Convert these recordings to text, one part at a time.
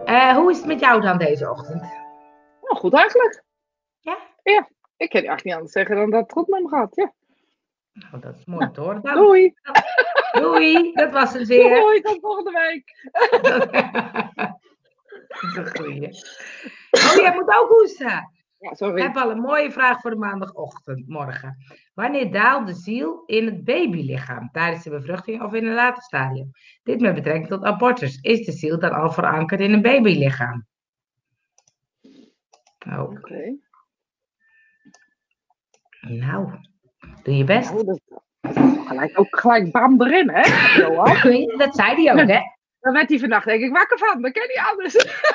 Hoe is het met jou dan deze ochtend? Nou, goed eigenlijk. Ja? Ja, ik kan eigenlijk niet anders zeggen dan dat het goed met me gaat. Ja. Oh, dat is mooi om te horen. Nou, Doei. doei, dat was hem weer. Doei, tot volgende week. Dat is een goeie. Oh, jij moet ook hoesten. Ja, Ik sorry. heb al een mooie vraag voor de maandagochtend, morgen. Wanneer daalt de ziel in het babylichaam? Tijdens de bevruchting of in een later stadium? Dit met betrekking tot abortus. Is de ziel dan al verankerd in een babylichaam? Oh, Oké. nou, doe je best. Nou, dat is ook gelijk bam erin, hè, Johan? Dat zei hij ook, hè? Dan werd hij vannacht denk ik wakker van. Dat kan niet anders.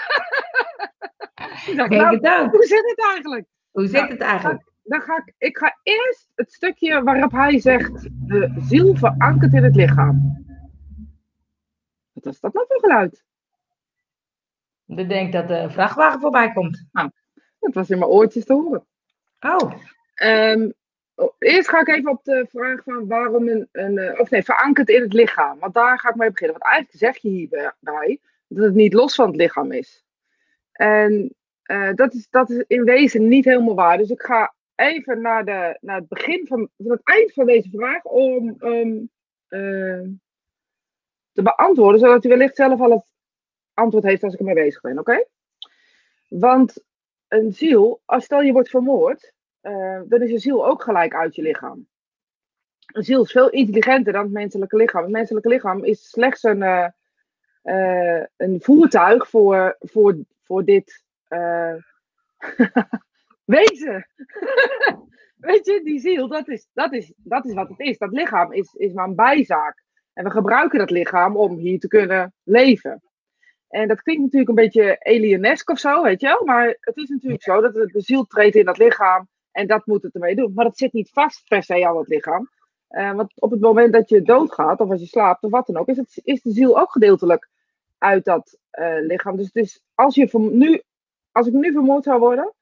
Ik dacht, Denk het ook. hoe zit het eigenlijk? Hoe zit het eigenlijk? Dan ik ga eerst het stukje waarop hij zegt, de ziel verankert in het lichaam. Wat was dat nou voor geluid? Ik denk dat de vrachtwagen voorbij komt. Dat was in mijn oortjes te horen. Oh, Eerst ga ik even op de vraag van waarom verankerd in het lichaam. Want daar ga ik mee beginnen. Want eigenlijk zeg je hierbij dat het niet los van het lichaam is. En dat is in wezen niet helemaal waar. Dus ik ga even naar het begin van het eind van deze vraag om te beantwoorden, zodat u wellicht zelf al het antwoord heeft als ik ermee bezig ben, oké? Want een ziel, als stel je wordt vermoord, dan is een ziel ook gelijk uit je lichaam. Een ziel is veel intelligenter dan het menselijke lichaam. Het menselijke lichaam is slechts een voertuig voor dit wezen. Weet je, die ziel, dat is wat het is. Dat lichaam is maar een bijzaak. En we gebruiken dat lichaam om hier te kunnen leven. En dat klinkt natuurlijk een beetje alienesk of zo, weet je wel. Maar het is natuurlijk zo dat de ziel treedt in dat lichaam. En dat moet het ermee doen. Maar dat zit niet vast per se aan het lichaam. Want op het moment dat je doodgaat, of als je slaapt, of wat dan ook, is de ziel ook gedeeltelijk uit dat lichaam. Dus het is, als ik nu vermoord zou worden,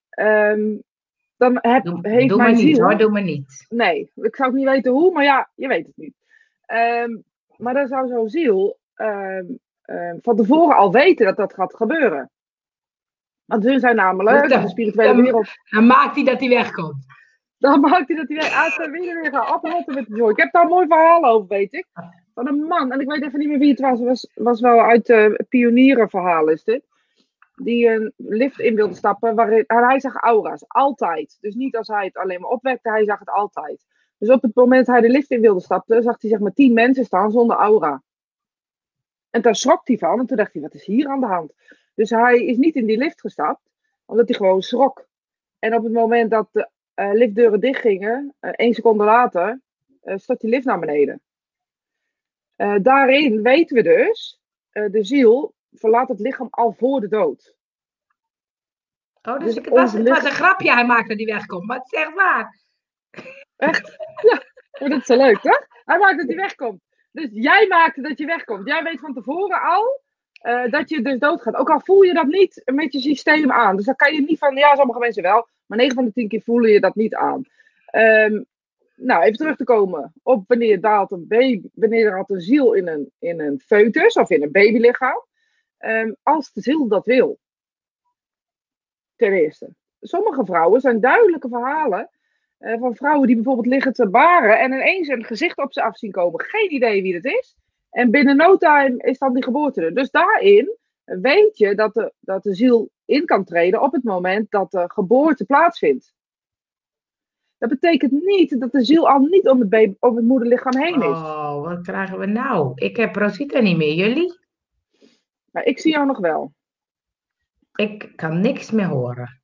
dan heeft doe mijn maar niet ziel... hoor, doe maar niet. Nee, ik zou ook niet weten hoe, maar ja, je weet het niet. Maar dan zou zo'n ziel van tevoren al weten dat dat gaat gebeuren. Want hun zijn namelijk de spirituele wereld. Dan maakt hij dat hij wegkomt. Dan maakt hij dat hij weer gaat oprotten met de joy. Ik heb daar een mooi verhaal over, weet ik. Van een man, en ik weet even niet meer wie het was. Was wel uit pionierenverhaal is dit. Die een lift in wilde stappen. En hij zag aura's, altijd. Dus niet als hij het alleen maar opwekte, hij zag het altijd. Dus op het moment dat hij de lift in wilde stappen, zag hij zeg maar 10 mensen staan zonder aura. En daar schrok hij van. En toen dacht hij, wat is hier aan de hand? Dus hij is niet in die lift gestapt, omdat hij gewoon schrok. En op het moment dat de liftdeuren dichtgingen, 1 seconde later, stort die lift naar beneden. Daarin weten we dus, de ziel verlaat het lichaam al voor de dood. Oh, dus het was een grapje hij maakt dat hij wegkomt, maar het is echt waar. Echt? Ja, dat is zo leuk, toch? Hij maakt dat hij wegkomt. Dus jij maakt dat je wegkomt. Jij weet van tevoren al dat je dus doodgaat. Ook al voel je dat niet met je systeem aan. Dus dan kan je niet van, ja, sommige mensen wel. Maar 9 van de 10 keer voelen je dat niet aan. Nou, even terug te komen op wanneer daalt een ziel in een foetus of in een babylichaam. Als de ziel dat wil. Ten eerste. Sommige vrouwen zijn duidelijke verhalen van vrouwen die bijvoorbeeld liggen te baren en ineens een gezicht op ze af zien komen. Geen idee wie het is. En binnen no time is dan die geboorte er. Dus daarin weet je dat de ziel in kan treden op het moment dat de geboorte plaatsvindt. Dat betekent niet dat de ziel al niet om het moederlichaam heen is. Oh, wat krijgen we nou? Ik heb Rosita niet meer, jullie? Maar ik zie jou nog wel. Ik kan niks meer horen.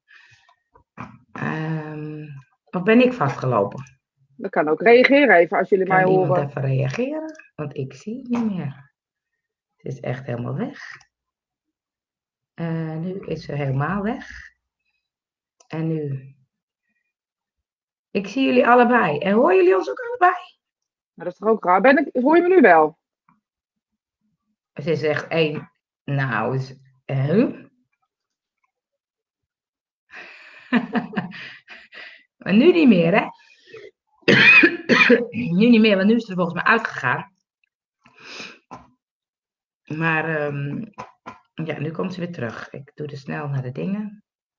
Of ben ik vastgelopen? Dat kan ook. Reageren even als jullie mij horen. Kan iemand even reageren? Want ik zie het niet meer. Het is echt helemaal weg. Nu is ze helemaal weg. En nu... Ik zie jullie allebei. En horen jullie ons ook allebei? Maar dat is toch ook raar? Hoor je me nu wel? Ze zegt één... Nou, maar nu niet meer, hè? Nu niet meer, want nu is het er volgens mij uitgegaan. Maar Ja, nu komt ze weer terug. Ik doe er snel naar de dingen.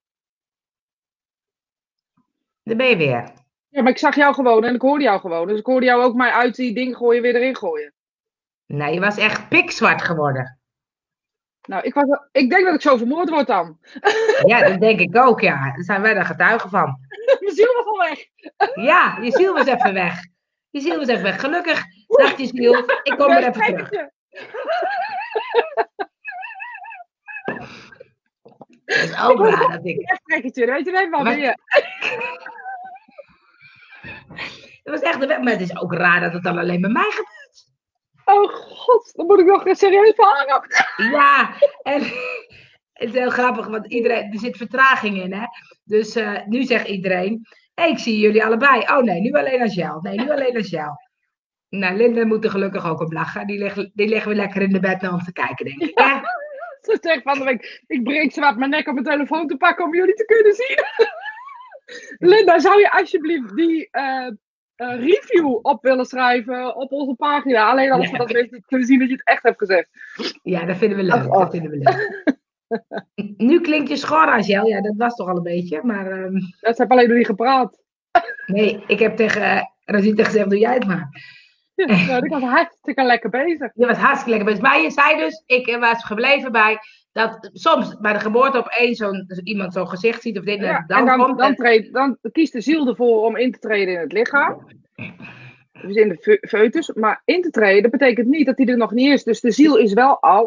Daar ben je weer. Ja, maar ik zag jou gewoon en ik hoorde jou gewoon. Dus ik hoorde jou ook mij uit die ding gooien, weer erin gooien. Nee, je was echt pikzwart geworden. Nou, ik denk dat ik zo vermoord word dan. Ja, dat denk ik ook, ja. Daar zijn wij daar getuigen van. Mijn ziel was al weg. Ja, je ziel was even weg. Je ziel was even weg. Gelukkig dacht je ziel, ik kom er even terug. Het is ook raar dat ik... Echt trekketje, weet je wel, maar Maar- weer. Het was echt maar het is ook raar dat het dan alleen bij mij gebeurt. Oh god, dan moet ik nog serieus verhangen. Ja, en het is heel grappig, want er zit vertraging in, hè. Dus nu zegt iedereen, hey, ik zie jullie allebei. Oh nee, nu alleen Angel. Nee, nu alleen Angel. Nou, Linda moet er gelukkig ook op lachen. Die liggen weer lekker in de bed naar ons te kijken, denk ik. Hè? Ze zegt van de week, ik breek zwaar mijn nek op mijn telefoon te pakken om jullie te kunnen zien. Linda, zou je alsjeblieft die review op willen schrijven op onze pagina? Alleen al zodat mensen kunnen zien dat je het echt hebt gezegd. Ja, dat vinden we leuk. Dat vinden we leuk. Nu klinkt je schor, Angel. Ja, dat was toch al een beetje. Maar Dat heb alleen nog niet gepraat. nee, ik heb tegen Rosita gezegd, doe jij het maar. Ja, ik was hartstikke lekker bezig. Je was hartstikke lekker bezig. Maar je zei dus, ik was gebleven bij dat soms bij de geboorte opeens iemand zo'n gezicht ziet of dit Ja, dan en komt het. dan kiest de ziel ervoor om in te treden in het lichaam. Dus in de foetus. Maar in te treden betekent niet dat hij er nog niet is. Dus de ziel is wel al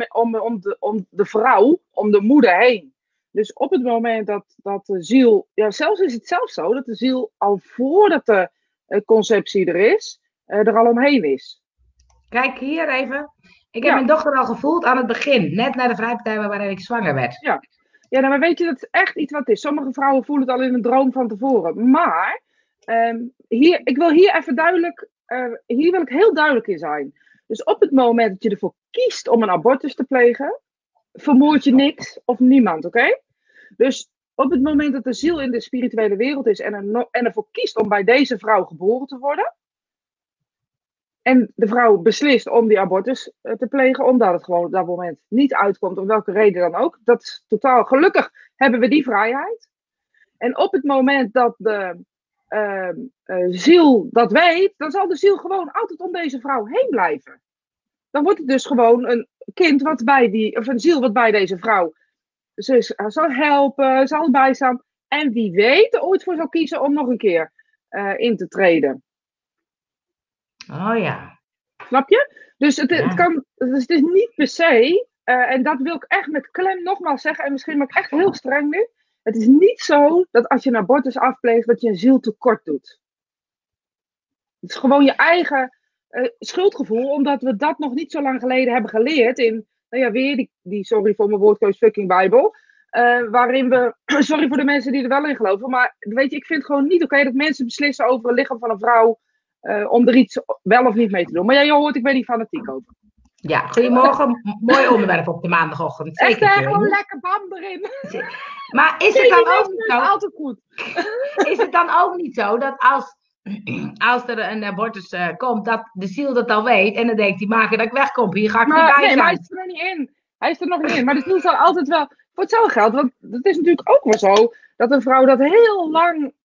om de vrouw, om de moeder heen. Dus op het moment dat de ziel... Ja, zelfs is het zelfs zo dat de ziel al voordat de conceptie er is, er al omheen is. Kijk hier even. Ik heb mijn dochter al gevoeld aan het begin. Net na de vrijpartij waarin ik zwanger werd. Ja, nou, maar weet je, dat is echt iets wat het is. Sommige vrouwen voelen het al in een droom van tevoren. Maar ik wil hier even duidelijk... hier wil ik heel duidelijk in zijn. Dus op het moment dat je ervoor kiest om een abortus te plegen, vermoord je niks of niemand, oké? Dus op het moment dat de ziel in de spirituele wereld is en ervoor kiest om bij deze vrouw geboren te worden, en de vrouw beslist om die abortus te plegen, omdat het gewoon op dat moment niet uitkomt, om welke reden dan ook. Dat is totaal, gelukkig hebben we die vrijheid. En op het moment dat de ziel dat weet, dan zal de ziel gewoon altijd om deze vrouw heen blijven. Dan wordt het dus gewoon een kind of een ziel wat bij deze vrouw zal helpen, zal bijstaan. En wie weet er ooit voor zal kiezen om nog een keer in te treden. Oh ja. Snap je? Dus het is niet per se, en dat wil ik echt met klem nogmaals zeggen, en misschien ben ik echt heel streng nu. Het is niet zo dat als je een abortus afpleegt, dat je een ziel tekort doet. Het is gewoon je eigen schuldgevoel, omdat we dat nog niet zo lang geleden hebben geleerd in, nou ja, weer die sorry voor mijn woordkeus, fucking Bijbel. Waarin we, sorry voor de mensen die er wel in geloven, maar weet je, ik vind het gewoon niet oké dat mensen beslissen over het lichaam van een vrouw om er iets wel of niet mee te doen. Maar ja, je hoort, ik ben niet fanatiek over. Ja, goedemorgen. Mooi onderwerp op de maandagochtend. Zeker. Echt gewoon lekker bam erin. Maar is het dan ook niet zo? Altijd goed. Is het dan ook niet zo dat als er een abortus komt, dat de ziel dat al weet en dan denkt hij, maak dat ik wegkom, hier ga ik niet bij zijn. Maar hij is er nog niet in. Hij is er nog niet in. Maar de ziel zal altijd wel voor hetzelfde geld. Want het is natuurlijk ook wel zo dat een vrouw dat heel lang,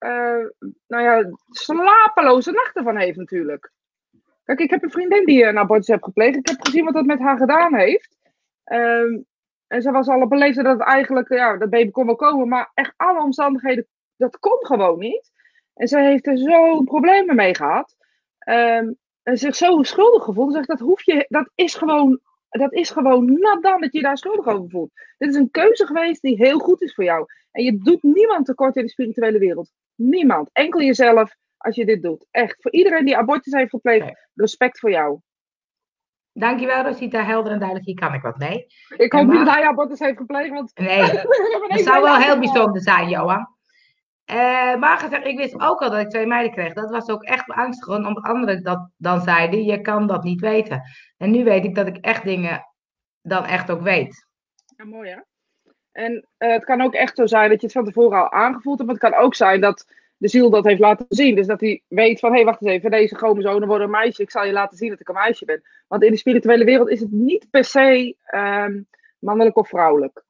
slapeloze nachten van heeft natuurlijk. Kijk, ik heb een vriendin die een abortus heeft gepleegd. Ik heb gezien wat dat met haar gedaan heeft. En ze was al op een leeftijd dat het eigenlijk, dat baby kon wel komen. Maar echt alle omstandigheden, dat kon gewoon niet. En ze heeft er zo problemen mee gehad. En zich zo schuldig gevoeld. Zegt, dat is gewoon nat dan dat je daar schuldig over voelt. Dit is een keuze geweest die heel goed is voor jou. En je doet niemand tekort in de spirituele wereld. Niemand. Enkel jezelf als je dit doet. Echt. Voor iedereen die abortus heeft gepleegd, respect voor jou. Dankjewel, Rosita. Helder en duidelijk. Hier kan ik wat mee. Ik hoop niet dat hij abortus heeft gepleegd. Want... Nee, dat zou wel heel bijzonder zijn, Johan. Maar gezegd, ik wist ook al dat ik 2 meiden kreeg. Dat was ook echt beangstigend, omdat anderen dat dan zeiden, je kan dat niet weten. En nu weet ik dat ik echt dingen dan echt ook weet. Ja, mooi hè? En het kan ook echt zo zijn dat je het van tevoren al aangevoeld hebt. Maar het kan ook zijn dat de ziel dat heeft laten zien. Dus dat hij weet van, hé, wacht eens even, deze chromosomen worden een meisje. Ik zal je laten zien dat ik een meisje ben. Want in de spirituele wereld is het niet per se Mannelijk of vrouwelijk?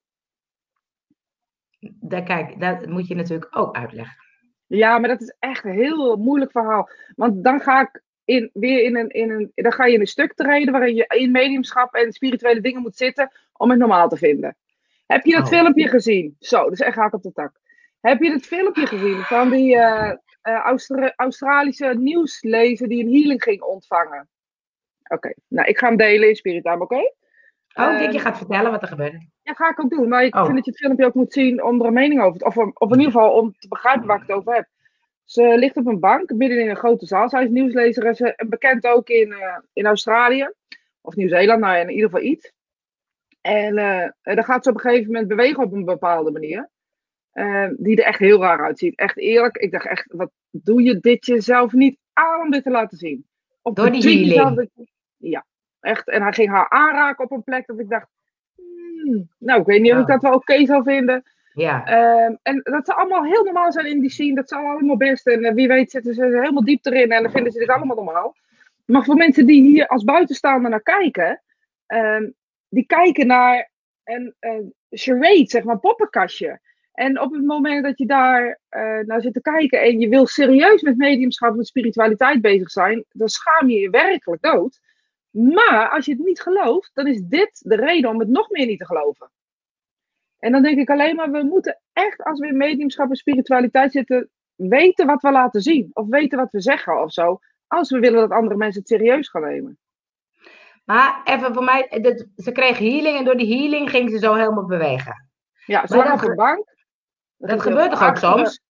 Kijk, dat moet je natuurlijk ook uitleggen. Ja, maar dat is echt een heel moeilijk verhaal. Want dan ga ik dan ga je in een stuk treden waarin je in mediumschap en spirituele dingen moet zitten om het normaal te vinden. Heb je dat Oh. filmpje gezien? Zo, dus echt haak op de tak. Heb je het filmpje gezien van die Australische nieuwslezer die een healing ging ontvangen? Oké, nou ik ga hem delen in Spirit Time, oké? Oh, ik denk je gaat vertellen wat er gebeurde. Ja, ga ik ook doen. Maar ik Oh. vind dat je het filmpje ook moet zien om er een mening over te... Of in ieder geval om te begrijpen waar ik het over heb. Ze ligt op een bank midden in een grote zaal. Zij is nieuwslezer en bekend ook in Australië. Of Nieuw-Zeeland, nou ja, in ieder geval iets. En dan gaat ze op een gegeven moment bewegen op een bepaalde manier. Die er echt heel raar uitziet. Echt eerlijk, ik dacht echt, wat doe je dit jezelf niet aan om dit te laten zien? Of Door die bedwing jezelf healing. Ja, echt. En hij ging haar aanraken op een plek dat ik dacht... nou, ik weet niet of ik dat wel oké zou vinden. Ja. En dat ze allemaal heel normaal zijn in die scene. Dat zou allemaal best. En wie weet zitten ze helemaal diep erin. En dan vinden ze dit allemaal normaal. Maar voor mensen die hier als buitenstaander naar kijken. Die kijken naar een charade, zeg maar, een poppenkastje. En op het moment dat je daar naar zit te kijken. En je wil serieus met mediumschap, met spiritualiteit bezig zijn. Dan schaam je je werkelijk dood. Maar als je het niet gelooft, dan is dit de reden om het nog meer niet te geloven. En dan denk ik alleen maar, we moeten echt, als we in mediumschap en spiritualiteit zitten, weten wat we laten zien. Of weten wat we zeggen of zo. Als we willen dat andere mensen het serieus gaan nemen. Maar even voor mij, ze kreeg healing en door die healing ging ze zo helemaal bewegen. Ja, ze lag op een bank. Dat gebeurt toch ook soms?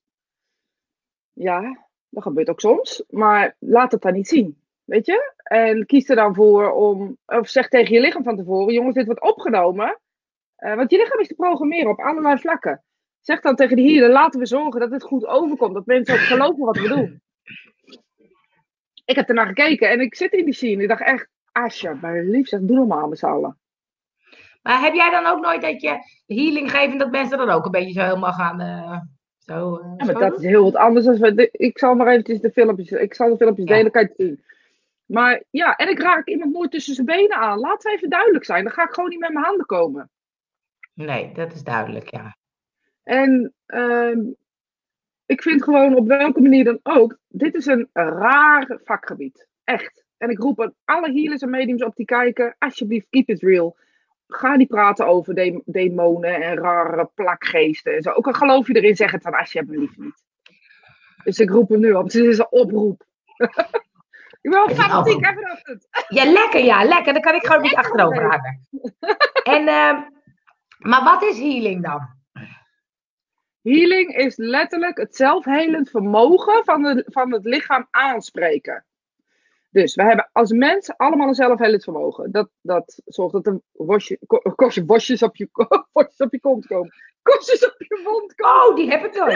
Ja, dat gebeurt ook soms. Maar laat het dan niet zien. Weet je? En kies er dan voor om, of zeg tegen je lichaam van tevoren, jongens, dit wordt opgenomen. Want je lichaam is te programmeren op allerlei vlakken. Zeg dan tegen die healer, laten we zorgen dat het goed overkomt. Dat mensen ook geloven wat we doen. Ik heb ernaar gekeken en ik zit in die scene. Ik dacht echt, alsjeblieft, zeg, doe normaal met z'n allen. Maar heb jij dan ook nooit dat je healing geeft en dat mensen dan ook een beetje zo helemaal gaan... Ja, maar dat is heel wat anders. Ik zal maar eventjes de filmpjes delen, kan je het zien. Maar ja, en ik raak iemand nooit tussen zijn benen aan. Laten we even duidelijk zijn. Dan ga ik gewoon niet met mijn handen komen. Nee, dat is duidelijk, ja. En ik vind gewoon op welke manier dan ook, dit is een raar vakgebied. Echt. En ik roep aan alle healers en mediums op die kijken, alsjeblieft, keep it real. Ga niet praten over demonen en rare plakgeesten en zo. Ook al geloof je erin, zeg het dan alsjeblieft niet. Dus ik roep hem nu op. Het is een oproep. Ik ben wel fanatiek, hè, vanochtend. Ja, lekker, ja, lekker. Dan kan ik gewoon niet achterover hangen. En, maar wat is healing dan? Healing is letterlijk het zelfhelend vermogen van het lichaam aanspreken. Dus we hebben als mens allemaal een zelfhelend vermogen. Dat zorgt dat er bosjes op je kont komen. Kostjes op je wond komen. Oh, die heb ik wel.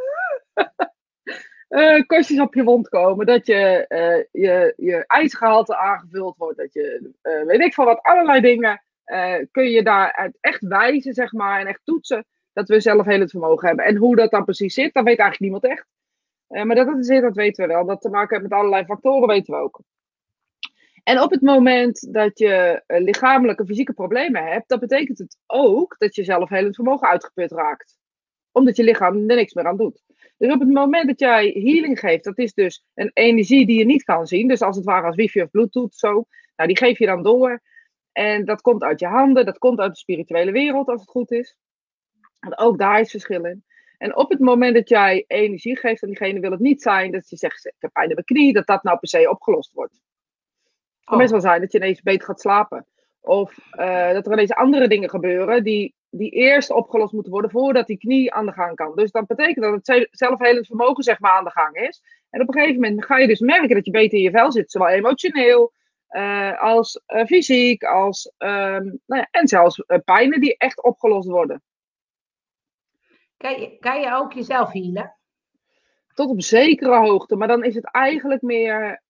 Kostjes op je wond komen. Dat je ijsgehalte aangevuld wordt. Dat je, weet ik veel wat, allerlei dingen. Kun je daaruit echt wijzen, zeg maar. En echt toetsen dat we zelfhelend vermogen hebben. En hoe dat dan precies zit, dat weet eigenlijk niemand echt. Maar dat weten we wel. Dat te maken heeft met allerlei factoren, weten we ook. En op het moment dat je lichamelijke, fysieke problemen hebt, dat betekent het ook dat je zelfhelend vermogen uitgeput raakt. Omdat je lichaam er niks meer aan doet. Dus op het moment dat jij healing geeft, dat is dus een energie die je niet kan zien. Dus als het ware als wifi of bluetooth zo. Nou, die geef je dan door. En dat komt uit je handen, dat komt uit de spirituele wereld als het goed is. En ook daar is verschil in. En op het moment dat jij energie geeft aan diegene, wil het niet zijn dat je zegt, ik heb pijn in mijn knie, dat nou per se opgelost wordt. Het kan best wel zijn dat je ineens beter gaat slapen. Of dat er ineens andere dingen gebeuren die eerst opgelost moeten worden voordat die knie aan de gang kan. Dus dat betekent dat het zelfhelend vermogen zeg maar aan de gang is. En op een gegeven moment ga je dus merken dat je beter in je vel zit. Zowel emotioneel als fysiek. En zelfs pijnen die echt opgelost worden. Kan je ook jezelf healen? Tot op zekere hoogte. Maar dan is het eigenlijk meer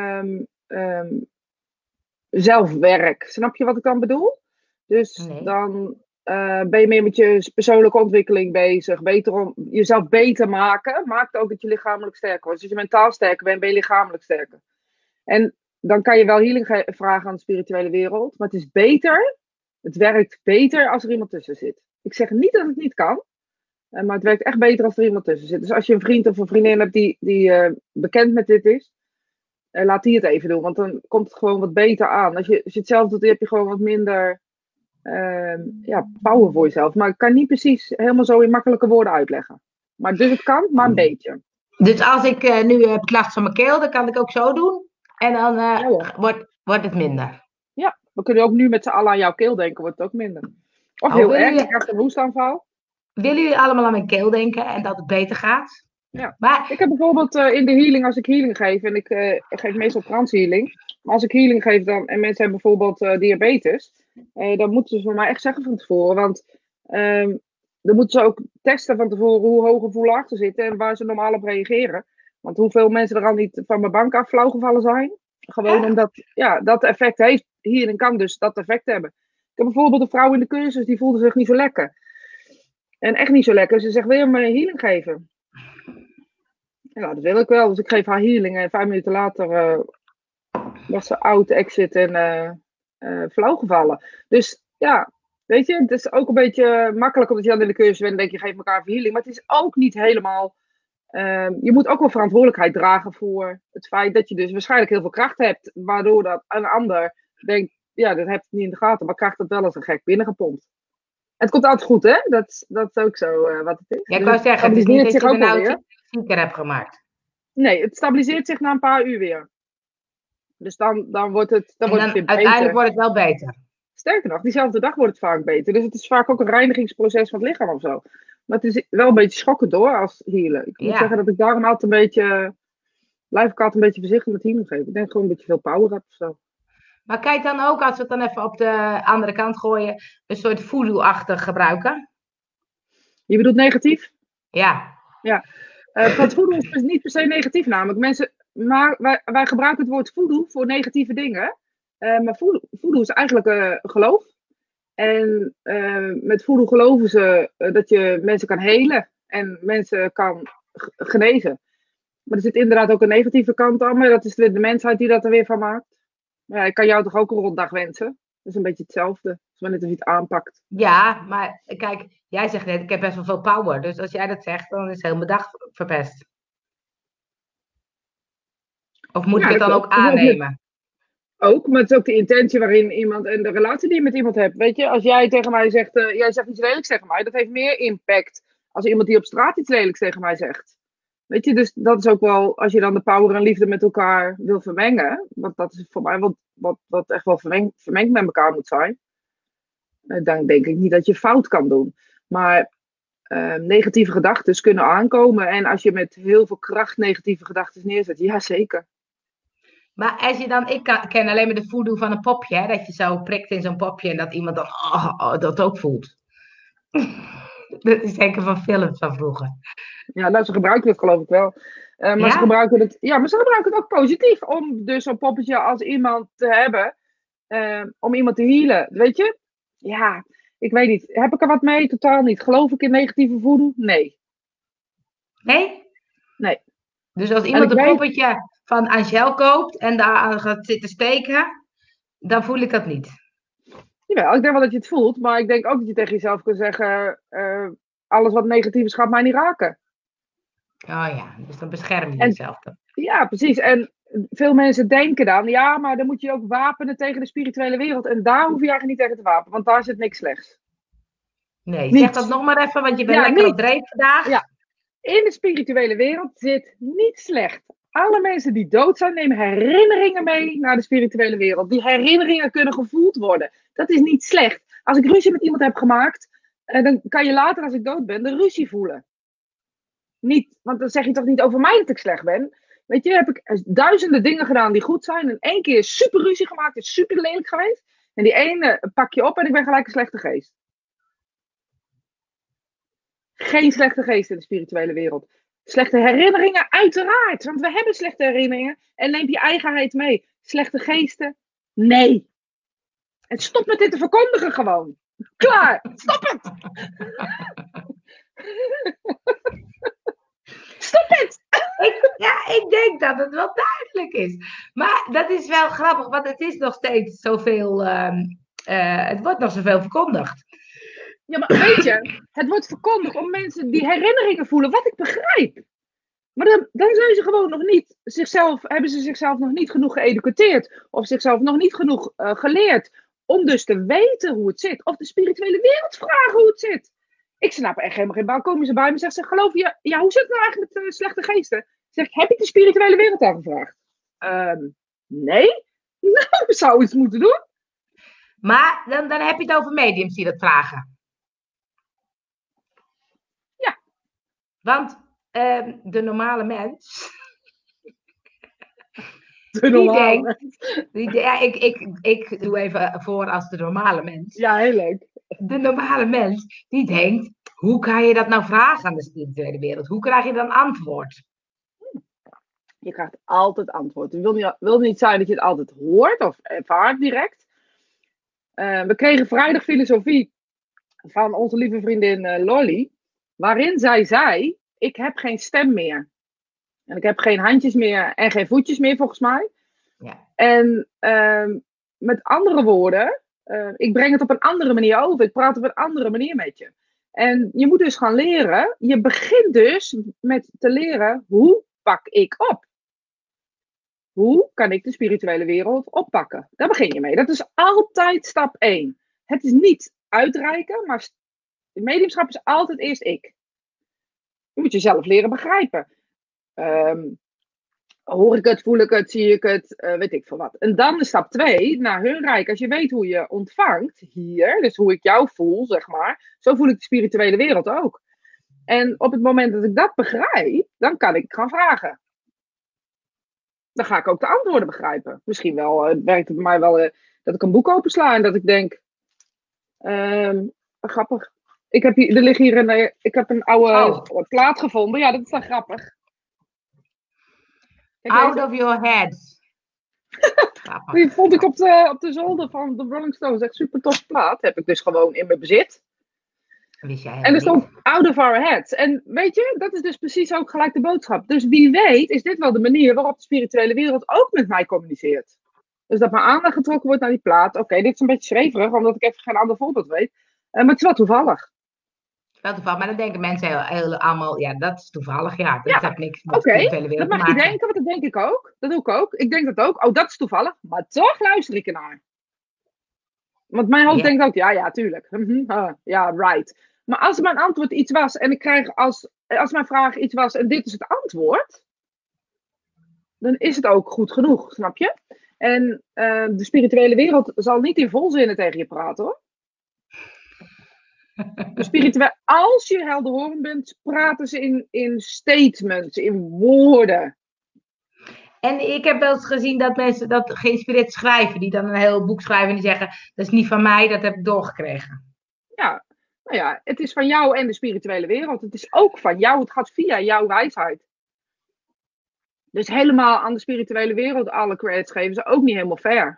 zelfwerk. Snap je wat ik dan bedoel? Dus dan ben je meer met je persoonlijke ontwikkeling bezig. Beter om jezelf beter maken. Maakt ook dat je lichamelijk sterker wordt. Dus als je mentaal sterker bent, ben je lichamelijk sterker. En dan kan je wel healing vragen aan de spirituele wereld. Maar het is beter Het werkt beter als er iemand tussen zit. Ik zeg niet dat het niet kan. Maar het werkt echt beter als er iemand tussen zit. Dus als je een vriend of een vriendin hebt die bekend met dit is. Laat die het even doen. Want dan komt het gewoon wat beter aan. Als je het zelf doet, dan heb je gewoon wat minder power voor jezelf. Maar ik kan niet precies helemaal zo in makkelijke woorden uitleggen. Maar dus het kan, maar een beetje. Dus als ik nu heb last van mijn keel, dan kan ik ook zo doen. En dan wordt het minder. Ja, we kunnen ook nu met z'n allen aan jouw keel denken, wordt het ook minder. Of Oh, heel erg, je krijgt een hoestaanval. Willen jullie allemaal aan mijn keel denken en dat het beter gaat? Ja. Maar Ik heb bijvoorbeeld in de healing, als ik healing geef, en ik geef meestal transhealing. Maar als ik healing geef dan, en mensen hebben bijvoorbeeld diabetes, dan moeten ze voor mij echt zeggen van tevoren. Want dan moeten ze ook testen van tevoren hoe hoog of hoe laag ze zitten en waar ze normaal op reageren. Want hoeveel mensen er al niet van mijn bank af flauw gevallen zijn. Gewoon omdat dat effect heeft. Healing kan dus dat effect hebben. Ik heb bijvoorbeeld een vrouw in de cursus, die voelde zich niet zo lekker. En echt niet zo lekker. Ze zegt, wil je me healing geven? Ja, dat wil ik wel. Dus ik geef haar healing. En 5 minuten later was ze oud, exit en flauw gevallen. Dus ja, weet je, het is ook een beetje makkelijk omdat je dan in de cursus bent en denk je, geef elkaar healing. Maar het is ook niet helemaal... je moet ook wel verantwoordelijkheid dragen voor het feit dat je dus waarschijnlijk heel veel kracht hebt. Waardoor dat een ander denkt, ja, dat heb je niet in de gaten. Maar krijgt dat wel als een gek binnengepompt. Het komt altijd goed, hè? Dat is ook zo wat het is. Ja, ik wou zeggen, het is niet dat je de nou zieker hebt gemaakt. Nee, het stabiliseert zich na een paar uur weer. Dus dan wordt het weer beter. Uiteindelijk wordt het wel beter. Sterker nog, diezelfde dag wordt het vaak beter. Dus het is vaak ook een reinigingsproces van het lichaam of zo. Maar het is wel een beetje schokkend door als healen. Ik moet zeggen dat ik daarom altijd een beetje... Blijf ik altijd een beetje voorzichtig met healing geven. Ik denk gewoon een beetje veel power heb of zo. Maar kijk dan ook, als we het dan even op de andere kant gooien, een soort voodoo-achtig gebruiken. Je bedoelt negatief? Ja. Ja. Want voodoo is niet per se negatief namelijk. Maar wij gebruiken het woord voodoo voor negatieve dingen. Maar voodoo is eigenlijk geloof. En met voodoo geloven ze dat je mensen kan helen. En mensen kan genezen. Maar er zit inderdaad ook een negatieve kant aan. Maar dat is de mensheid die dat er weer van maakt. Ja, ik kan jou toch ook een rotdag wensen? Dat is een beetje hetzelfde. Als wanneer je het aanpakt. Ja, maar kijk, jij zegt net, ik heb best wel veel power. Dus als jij dat zegt, dan is heel mijn dag verpest. Of moet ik het dan ook aannemen? Ook, maar het is ook de intentie waarin iemand en de relatie die je met iemand hebt. Weet je, als jij tegen mij zegt, jij zegt iets lelijks tegen mij, dat heeft meer impact als iemand die op straat iets lelijks tegen mij zegt. Weet je, dus dat is ook wel, als je dan de power en liefde met elkaar wil vermengen, want dat is voor mij wat echt wel vermengd met elkaar moet zijn, dan denk ik niet dat je fout kan doen. Maar negatieve gedachten kunnen aankomen en als je met heel veel kracht negatieve gedachten neerzet, ja zeker. Maar als je dan, ik ken alleen maar de voodoo van een popje, hè, dat je zo prikt in zo'n popje en dat iemand dan dat ook voelt. Dat is zeker van films van vroeger. Ja, nou, ze gebruiken het geloof ik wel. Maar ze gebruiken het, maar ze gebruiken het ook positief om dus zo'n poppetje als iemand te hebben, om iemand te healen. Weet je? Ja, ik weet niet. Heb ik er wat mee? Totaal niet. Geloof ik in negatieve voodoo? Nee. Nee? Nee. Dus als iemand een poppetje van Angel koopt en daar aan gaat zitten steken, dan voel ik dat niet. Jawel, ik denk wel dat je het voelt, maar ik denk ook dat je tegen jezelf kunt zeggen, alles wat negatief is gaat mij niet raken. Oh ja, dus dan bescherm je jezelf dan. Ja, precies. En veel mensen denken dan, ja, maar dan moet je ook wapenen tegen de spirituele wereld. En daar hoef je eigenlijk niet tegen te wapenen, want daar zit niks slechts. Nee, zeg dat nog maar even, want je bent lekker op dreef vandaag. Ja. In de spirituele wereld zit niets slecht. Alle mensen die dood zijn, nemen herinneringen mee naar de spirituele wereld. Die herinneringen kunnen gevoeld worden. Dat is niet slecht. Als ik ruzie met iemand heb gemaakt, dan kan je later, als ik dood ben, de ruzie voelen. Niet, want dan zeg je toch niet over mij dat ik slecht ben. Weet je, heb ik duizenden dingen gedaan die goed zijn. En 1 keer super ruzie gemaakt, is super lelijk geweest. En die ene pak je op en ik ben gelijk een slechte geest. Geen slechte geest in de spirituele wereld. Slechte herinneringen, uiteraard. Want we hebben slechte herinneringen. En neem je eigenheid mee. Slechte geesten? Nee. En stop met dit te verkondigen gewoon. Klaar. Stop het. Stop het. Ik denk dat het wel duidelijk is. Maar dat is wel grappig. Want het is nog steeds zoveel Het wordt nog zoveel verkondigd. Ja, maar weet je, het wordt verkondigd om mensen die herinneringen voelen, wat ik begrijp. Maar dan zijn ze gewoon nog niet hebben ze zichzelf nog niet genoeg geëducateerd. Of zichzelf nog niet genoeg geleerd. Om dus te weten hoe het zit. Of de spirituele wereld vragen hoe het zit. Ik snap er echt helemaal geen bal. Komen ze bij me en zeggen ze, geloof je, ja, hoe zit het nou eigenlijk met slechte geesten? Zeg ik, heb ik de spirituele wereld al gevraagd? Nee. Nou, zou iets moeten doen. Maar dan heb je het over mediums die dat vragen. Ja. Want de normale mens... Ik doe even voor als de normale mens. Ja, heel leuk. De normale mens die denkt, hoe kan je dat nou vragen aan de spirituele wereld? Hoe krijg je dan antwoord? Je krijgt altijd antwoord. Het wil niet zijn dat je het altijd hoort of ervaart direct. We kregen vrijdag filosofie van onze lieve vriendin Lolly. Waarin zij zei, ik heb geen stem meer. En ik heb geen handjes meer en geen voetjes meer volgens mij. Ja. En met andere woorden, ik breng het op een andere manier over. Ik praat op een andere manier met je. En je moet dus gaan leren. Je begint dus met te leren, hoe pak ik op? Hoe kan ik de spirituele wereld oppakken? Daar begin je mee. Dat is altijd stap 1. Het is niet uitreiken, maar mediumschap is altijd eerst ik. Je moet jezelf leren begrijpen. Hoor ik het, voel ik het, zie ik het, weet ik veel wat. En dan is stap 2, naar hun rijk. Als je weet hoe je ontvangt hier, dus hoe ik jou voel, zeg maar, zo voel ik de spirituele wereld ook. En op het moment dat ik dat begrijp, dan kan ik gaan vragen. Dan ga ik ook de antwoorden begrijpen. Misschien wel, werkt het bij mij wel dat ik een boek opensla en dat ik denk, grappig. Ik heb een oude plaat gevonden. Ja, dat is dan grappig. Out of your head. Die vond ik op de zolder van de Rolling Stones. Echt super tof plaat. Heb ik dus gewoon in mijn bezit. En er stond out of our heads. En weet je, dat is dus precies ook gelijk de boodschap. Dus wie weet is dit wel de manier waarop de spirituele wereld ook met mij communiceert. Dus dat mijn aandacht getrokken wordt naar die plaat. Oké, dit is een beetje schreverig, omdat ik even geen ander voorbeeld weet. Maar het is wel toevallig. Maar dan denken mensen allemaal, ja, dat is toevallig. Ja, dat heeft niks met de spirituele wereld te maken. Dat mag je denken, want dat denk ik ook. Dat doe ik ook. Ik denk dat ook. Oh, dat is toevallig. Maar toch luister ik ernaar. Want mijn hoofd denkt ook, ja, tuurlijk. Ja, right. Maar als mijn antwoord iets was en ik krijg als mijn vraag iets was en dit is het antwoord, dan is het ook goed genoeg, snap je? En de spirituele wereld zal niet in volzinnen tegen je praten, hoor. Als je helderhorend bent, praten ze in statements, in woorden. En ik heb wel eens gezien dat mensen dat geïnspireerd schrijven, die dan een heel boek schrijven en die zeggen, dat is niet van mij, dat heb ik doorgekregen. Ja, nou ja, het is van jou en de spirituele wereld. Het is ook van jou, het gaat via jouw wijsheid. Dus helemaal aan de spirituele wereld alle credits geven ze ook niet helemaal fair.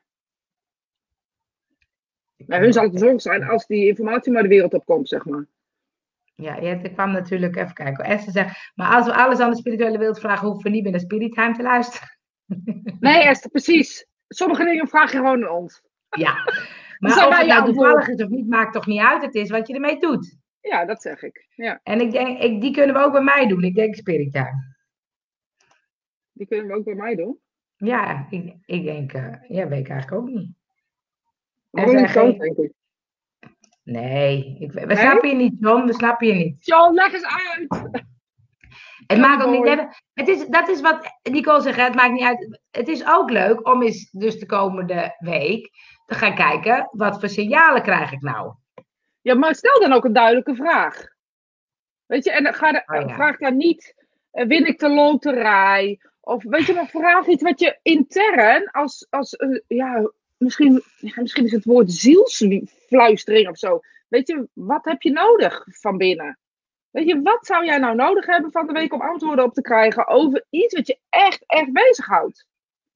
Maar hun zal het zorg zijn als die informatie maar de wereld op komt, zeg maar. Ja, er kwam natuurlijk, even kijken. Esther zegt, maar als we alles aan de spirituele wereld vragen, hoeven we niet meer naar Spirit Time te luisteren. Nee, Esther, precies. Sommige dingen vraag je gewoon aan ons. Ja, maar of het nou toevallig is of niet, maakt toch niet uit. Het is wat je ermee doet. Ja, dat zeg ik. Ja. En ik denk, die kunnen we ook bij mij doen. Ik denk Spirit Time. Die kunnen we ook bij mij doen? Ja, ik denk, weet ik eigenlijk ook niet. Denk ik. Nee, we snappen je niet, John. We snappen je niet. John, leg eens uit. Het maakt ook niet. Dat is wat Nicole zegt. Het maakt niet uit. Het is ook leuk om eens dus de komende week te gaan kijken. Wat voor signalen krijg ik nou? Ja, maar stel dan ook een duidelijke vraag. Weet je, en dan vraag dan niet: win ik de loterij? Of weet je, maar vraag iets wat je intern misschien is het woord zielsfluistering of zo. Weet je, wat heb je nodig van binnen? Weet je, wat zou jij nou nodig hebben van de week om antwoorden op te krijgen over iets wat je echt bezighoudt?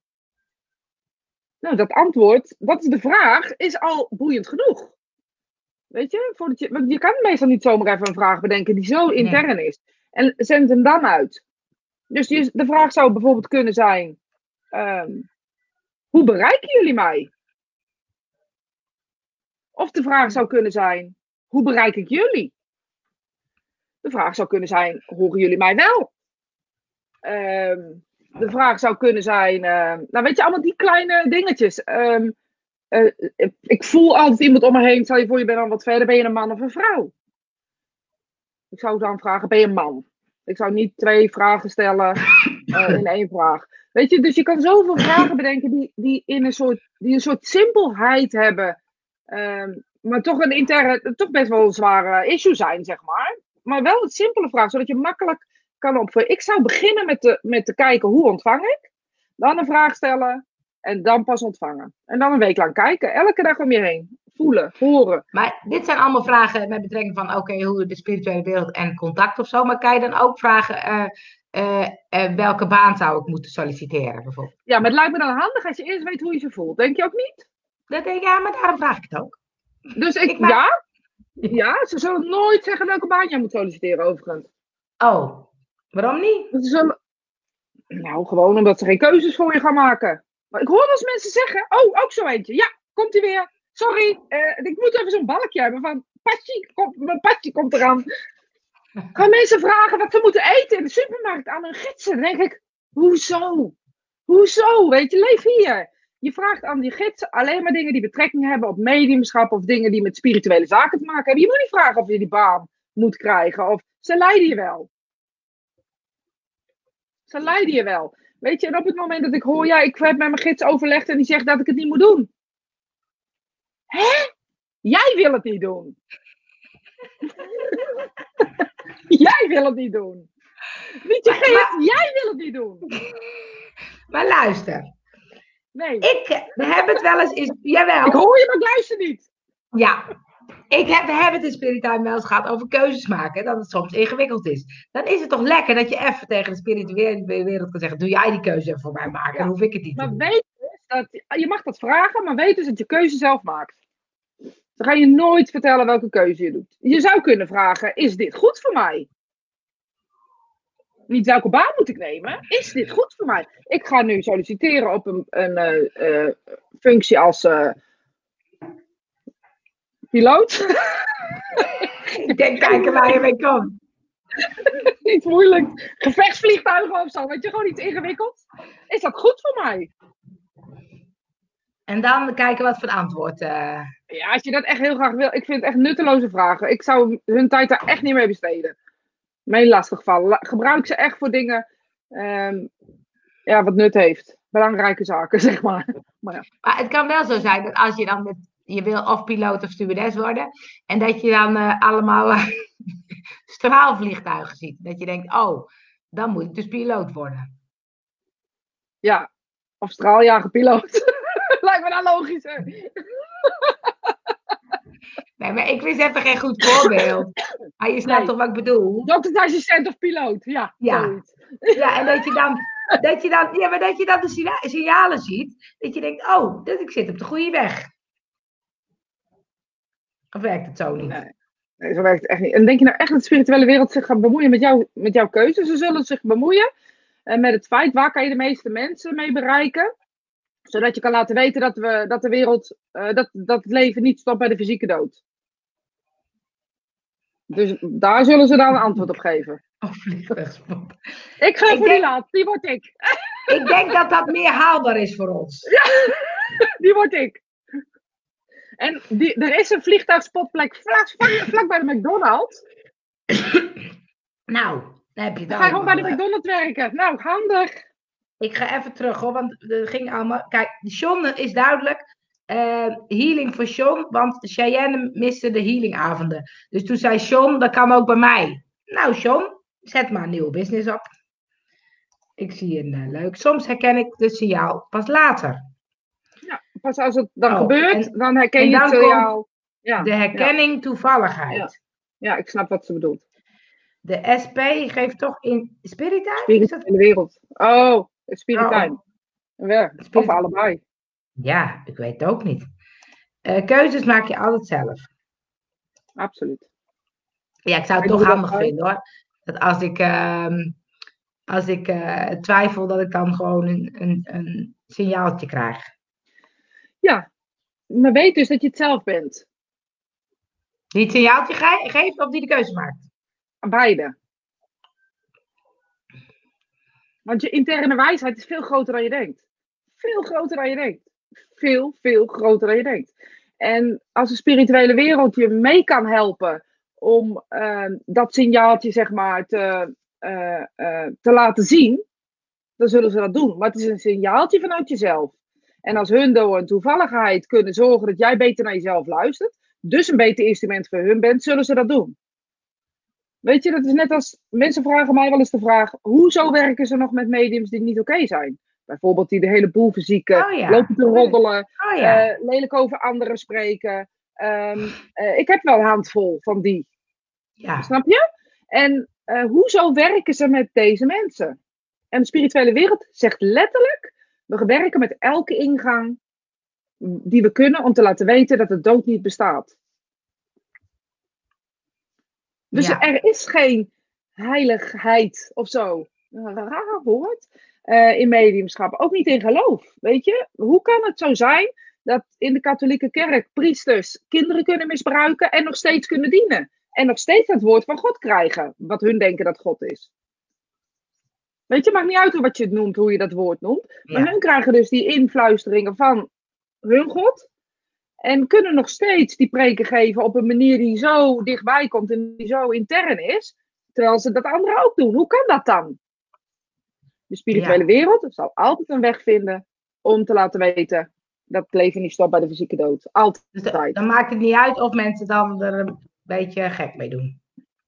Nou, dat antwoord, dat is de vraag, is al boeiend genoeg. Weet je, want je kan meestal niet zomaar even een vraag bedenken die zo intern is. En zend hem dan uit. Dus de vraag zou bijvoorbeeld kunnen zijn: hoe bereiken jullie mij? Of de vraag zou kunnen zijn, hoe bereik ik jullie? De vraag zou kunnen zijn, horen jullie mij wel? De vraag zou kunnen zijn, nou weet je, allemaal die kleine dingetjes. Ik voel altijd iemand om me heen, stel je voor je bent dan wat verder, ben je een man of een vrouw? Ik zou dan vragen, ben je een man? Ik zou niet 2 vragen stellen in 1 vraag. Weet je, dus je kan zoveel vragen bedenken die een soort simpelheid hebben. Maar toch een interne, toch best wel een zware issue zijn, zeg maar. Maar wel een simpele vraag, zodat je makkelijk kan opvullen. Ik zou beginnen met te kijken, hoe ontvang ik? Dan een vraag stellen en dan pas ontvangen. En dan een week lang kijken, elke dag om je heen. Voelen, horen. Maar dit zijn allemaal vragen met betrekking van, hoe de spirituele wereld en contact of zo. Maar kan je dan ook vragen, welke baan zou ik moeten solliciteren, bijvoorbeeld? Ja, maar het lijkt me dan handig als je eerst weet hoe je je voelt. Denk je ook niet? Dat denk ik, ja, maar daarom vraag ik het ook. Dus ja, ze zullen nooit zeggen welke baan jij moet solliciteren, overigens. Oh, waarom niet? Ze zullen... Nou, gewoon omdat ze geen keuzes voor je gaan maken. Maar ik hoor wel eens mensen zeggen, oh, ook zo eentje. Ja, komt hij weer. Sorry, ik moet even zo'n balkje hebben van, mijn pasje komt eraan. Gaan mensen vragen wat ze moeten eten in de supermarkt aan hun gidsen. Dan denk ik, hoezo? Hoezo? Weet je, leef hier. Je vraagt aan die gidsen alleen maar dingen die betrekking hebben op mediumschap of dingen die met spirituele zaken te maken hebben. Je moet niet vragen of je die baan moet krijgen of ze leiden je wel. Ze leiden je wel. Weet je, en op het moment dat ik hoor, ja, ik heb met mijn gids overlegd en die zegt dat ik het niet moet doen. Hè? Jij wil het niet doen. Jij wil het niet doen. Niet je gids, jij wil het niet doen. Maar luister. Nee. We hebben het wel eens... Jawel. Ik hoor je, maar ik luister niet. Ja. We hebben het in Spiritime wel eens gehad over keuzes maken. Dat het soms ingewikkeld is. Dan is het toch lekker dat je even tegen de spirituele wereld kan zeggen. Doe jij die keuze even voor mij maken. Dan hoef ik het niet te doen. Maar weet dus dat... Je mag dat vragen, maar weet dus dat je keuze zelf maakt. Dan ga je nooit vertellen welke keuze je doet. Je zou kunnen vragen, is dit goed voor mij? Niet welke baan moet ik nemen? Is dit goed voor mij? Ik ga nu solliciteren op een functie als piloot. Ik denk, kijken waar je mee komt. Iets moeilijk. Gevechtsvliegtuigen of zo. Weet je, gewoon iets ingewikkeld. Is dat goed voor mij? En dan kijken wat voor antwoord. Ja, als je dat echt heel graag wil. Ik vind het echt nutteloze vragen. Ik zou hun tijd daar echt niet mee besteden. Mijn lastig gevallen. Gebruik ze echt voor dingen wat nut heeft. Belangrijke zaken, zeg maar. Maar het kan wel zo zijn dat als je dan je wil of piloot of stewardess worden. En dat je dan allemaal straalvliegtuigen ziet. Dat je denkt, oh, dan moet ik dus piloot worden. Ja, of straaljagerpiloot. Lijkt me dan logisch, hè? Nee, maar ik wist even geen goed voorbeeld. Maar je snapt toch wat ik bedoel? Doktersassistent of piloot, ja. Ja, ja, en dat je dan de signalen ziet. Dat je denkt, oh, ik zit op de goede weg. Of werkt het zo niet? Nee, zo werkt het echt niet. En denk je nou echt dat de spirituele wereld zich gaat bemoeien met jouw keuze? Ze zullen zich bemoeien met het feit, waar kan je de meeste mensen mee bereiken? Zodat je kan laten weten dat de wereld, dat het leven niet stopt bij de fysieke dood. Dus daar zullen ze dan een antwoord op geven. Oh, vliegtuigspot. Ik ga voor die laat, die word ik. Ik denk dat dat meer haalbaar is voor ons. Ja, die word ik. En er is een vliegtuigspotplek vlak bij de McDonald's. Nou, dan heb je het. Dan ga je gewoon bij de McDonald's werken. Nou, handig. Ik ga even terug hoor, want er ging allemaal... Kijk, John is duidelijk. Healing voor John, want Cheyenne miste de healingavonden. Dus toen zei John, dat kan ook bij mij. Nou John, zet maar een nieuwe business op. Ik zie een leuk. Soms herken ik de signaal pas later. Ja, pas als het dan gebeurt, dan herken je het signaal. Ja, de herkenning toevalligheid. Ja, ik snap wat ze bedoelt. De SP geeft toch in Spiritime? Spirituele wereld. Oh, Spiritime. Ja, of allebei. Ja, ik weet het ook niet. Keuzes maak je altijd zelf. Absoluut. Ja, ik zou het toch handig vinden hoor. Dat als ik twijfel, dat ik dan gewoon een signaaltje krijg. Ja, maar weet dus dat je het zelf bent. Die het signaaltje geeft of die de keuze maakt? Beide. Want je interne wijsheid is veel groter dan je denkt. Veel groter dan je denkt. Veel, veel groter dan je denkt. En als de spirituele wereld je mee kan helpen om dat signaaltje, zeg maar, te laten zien, dan zullen ze dat doen. Maar het is een signaaltje vanuit jezelf. En als hun door een toevalligheid kunnen zorgen dat jij beter naar jezelf luistert, dus een beter instrument voor hun bent, zullen ze dat doen. Weet je, dat is net als mensen vragen mij wel eens de vraag: hoezo werken ze nog met mediums die niet oké zijn? Bijvoorbeeld die de hele boel verzieken, Oh ja. lopen te roddelen, Oh ja. lelijk over anderen spreken. Ik heb wel een handvol van die. Ja. Snap je? En hoezo werken ze met deze mensen? En de spirituele wereld zegt letterlijk: we werken met elke ingang die we kunnen om te laten weten dat de dood niet bestaat. Dus Ja. er is geen heiligheid of zo. Een raar woord. In mediumschap. Ook niet in geloof. Weet je? Hoe kan het zo zijn dat in de katholieke kerk priesters kinderen kunnen misbruiken en nog steeds kunnen dienen? En nog steeds het woord van God krijgen. Wat hun denken dat God is. Weet je, maakt niet uit wat je het noemt, hoe je dat woord noemt. Maar hun krijgen dus die influisteringen van hun God. En kunnen nog steeds die preken geven op een manier die zo dichtbij komt en die zo intern is. Terwijl ze dat anderen ook doen. Hoe kan dat dan? De spirituele wereld zal altijd een weg vinden om te laten weten dat het leven niet stopt bij de fysieke dood. Altijd. Dus dan maakt het niet uit of mensen dan er een beetje gek mee doen.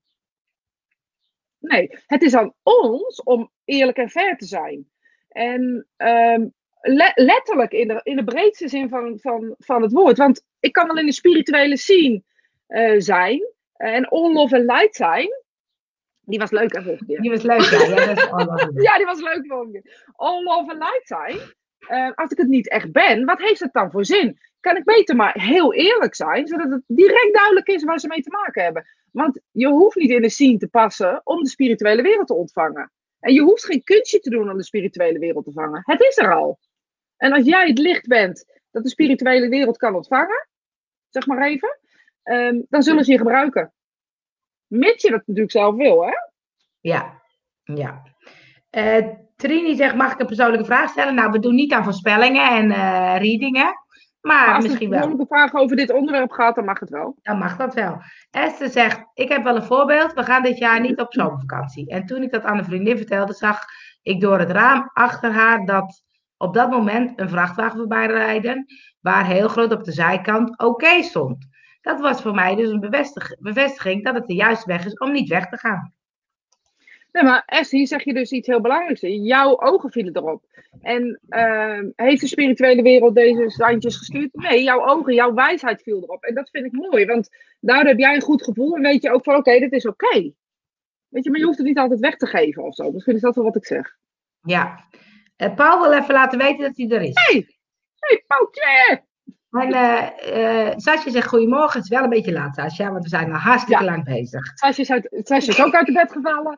Nee, het is aan ons om eerlijk en fair te zijn. En letterlijk in de breedste zin van het woord. Want ik kan wel in de spirituele scene zijn en all love and light zijn. Die was leuk, hè, volgende keer. Die was leuk, ja. Ja, dat is ja, die was leuk, volgende keer. All love and light zijn. Als ik het niet echt ben, wat heeft het dan voor zin? Kan ik beter maar heel eerlijk zijn, zodat het direct duidelijk is waar ze mee te maken hebben. Want je hoeft niet in de scene te passen om de spirituele wereld te ontvangen. En je hoeft geen kunstje te doen om de spirituele wereld te vangen. Het is er al. En als jij het licht bent dat de spirituele wereld kan ontvangen, zeg maar even, dan zullen ze je gebruiken. Mits je dat natuurlijk zelf wil, hè? Ja, ja. Trini zegt, mag ik een persoonlijke vraag stellen? Nou, we doen niet aan voorspellingen en readingen. Maar als misschien er wel. Als er vragen over dit onderwerp gaat, dan mag het wel. Dan mag dat wel. Esther zegt, ik heb wel een voorbeeld. We gaan dit jaar niet op zomervakantie. En toen ik dat aan een vriendin vertelde, zag ik door het raam achter haar dat op dat moment een vrachtwagen voorbij rijden, waar heel groot op de zijkant oké stond. Dat was voor mij dus een bevestiging dat het de juiste weg is om niet weg te gaan. Nee, maar Esther, hier zeg je dus iets heel belangrijks. Jouw ogen vielen erop. En heeft de spirituele wereld deze standjes gestuurd? Nee, jouw ogen, jouw wijsheid viel erop. En dat vind ik mooi, want daardoor heb jij een goed gevoel en weet je ook van oké, dit is oké. Weet je, maar je hoeft het niet altijd weg te geven of zo. Misschien is dat wel wat ik zeg. Ja. Paul wil even laten weten dat hij er is. Hey, Paultje! En Sasje zegt goedemorgen. Het is wel een beetje laat, Sasja, want we zijn al hartstikke lang bezig. Sasje is ook uit de bed gevallen.